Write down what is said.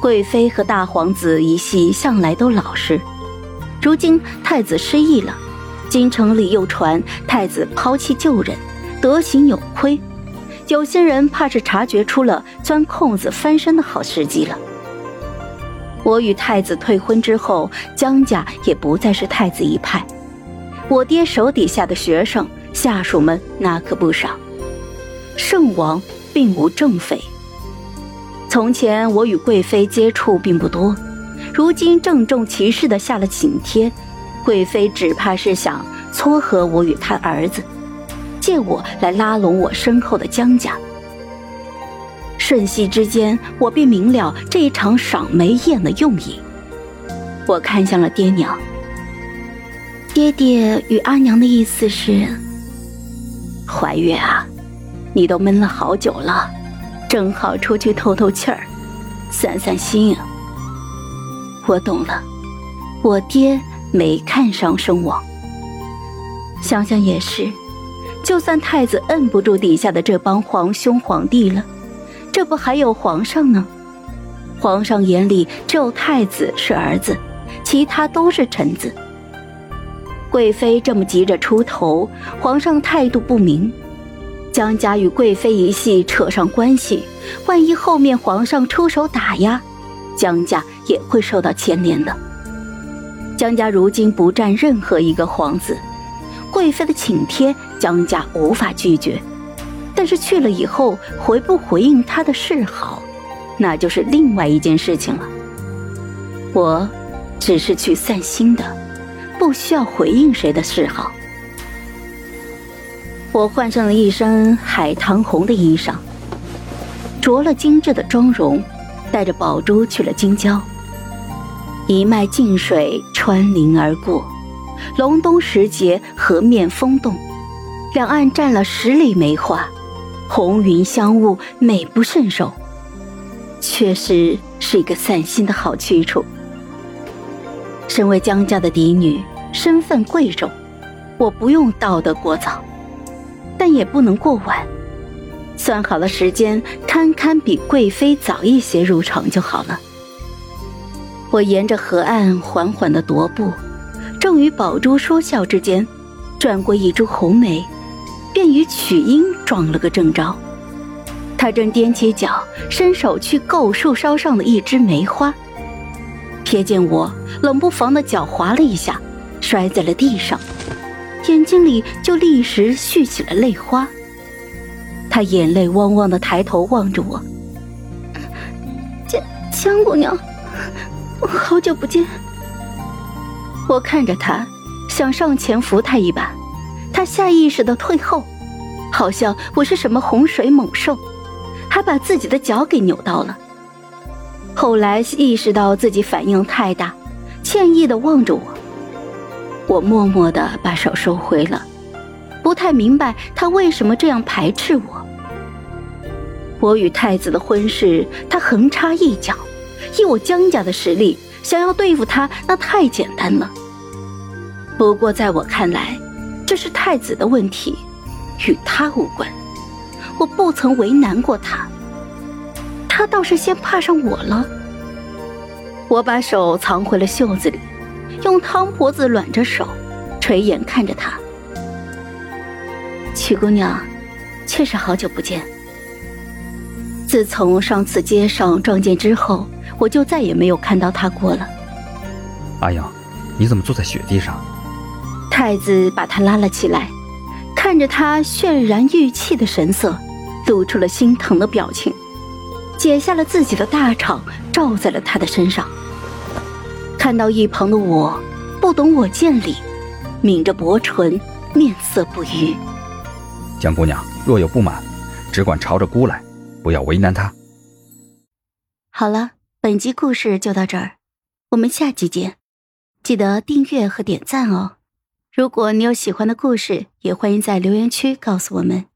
贵妃和大皇子一系向来都老实，如今太子失忆了，京城里又传太子抛弃旧人，德行有亏，有些人怕是察觉出了钻空子翻身的好时机了。我与太子退婚之后，江家也不再是太子一派，我爹手底下的学生下属们那可不少，圣王并无正妃。从前我与贵妃接触并不多，如今郑重其事地下了请帖，贵妃只怕是想撮合我与她儿子，借我来拉拢我身后的江家。瞬息之间，我便明了这一场赏梅宴的用意。我看向了爹娘，爹爹与阿娘的意思是，怀月啊，你都闷了好久了，正好出去透透气儿，散散心啊。我懂了，我爹没看上圣王。想想也是，就算太子摁不住底下的这帮皇兄皇帝了，这不还有皇上呢？皇上眼里只有太子是儿子，其他都是臣子。贵妃这么急着出头，皇上态度不明，江家与贵妃一系扯上关系，万一后面皇上出手打压，江家也会受到牵连的。江家如今不占任何一个皇子，贵妃的请帖江家无法拒绝，但是去了以后回不回应他的示好，那就是另外一件事情了。我只是去散心的，不需要回应谁的示好。我换上了一身海棠红的衣裳，着了精致的妆容，带着宝珠去了京郊。一脉静水穿林而过，隆冬时节河面风动，两岸站了10里梅花，红云香雾，美不胜收，确实是一个散心的好去处。身为江家的嫡女，身份贵重，我不用道德过早，但也不能过晚，算好了时间，堪堪比贵妃早一些入城就好了。我沿着河岸缓缓地踱步，正与宝珠说笑之间，转过一株红梅，便与曲英撞了个正着。他正踮起脚，伸手去够树梢上的一枝梅花，瞥见我，冷不防的脚滑了一下，摔在了地上，眼睛里就立时蓄起了泪花。他眼泪汪汪的抬头望着我，江姑娘，好久不见。我看着他，想上前扶他一把，他下意识的退后，好像我是什么洪水猛兽，还把自己的脚给扭到了。后来意识到自己反应太大，歉意的望着我，我默默地把手收回了，不太明白他为什么这样排斥我。我与太子的婚事，他横插一脚，以我江家的实力，想要对付他那太简单了。不过在我看来，这是太子的问题，与他无关。我不曾为难过他，他倒是先怕上我了。我把手藏回了袖子里，用汤婆子暖着手，垂眼看着他。曲姑娘，确实好久不见。自从上次街上撞见之后，我就再也没有看到他过了。 阿阳，你怎么坐在雪地上？ 太子把他拉了起来，看着他渲然欲泣的神色，露出了心疼的表情，解下了自己的大氅，罩在了他的身上。看到一旁的我，不懂我见礼，抿着薄唇，面色不愉。 江姑娘若有不满，只管朝着姑来，不要为难她。 好了，本集故事就到这儿，我们下集见，记得订阅和点赞哦。如果你有喜欢的故事，也欢迎在留言区告诉我们。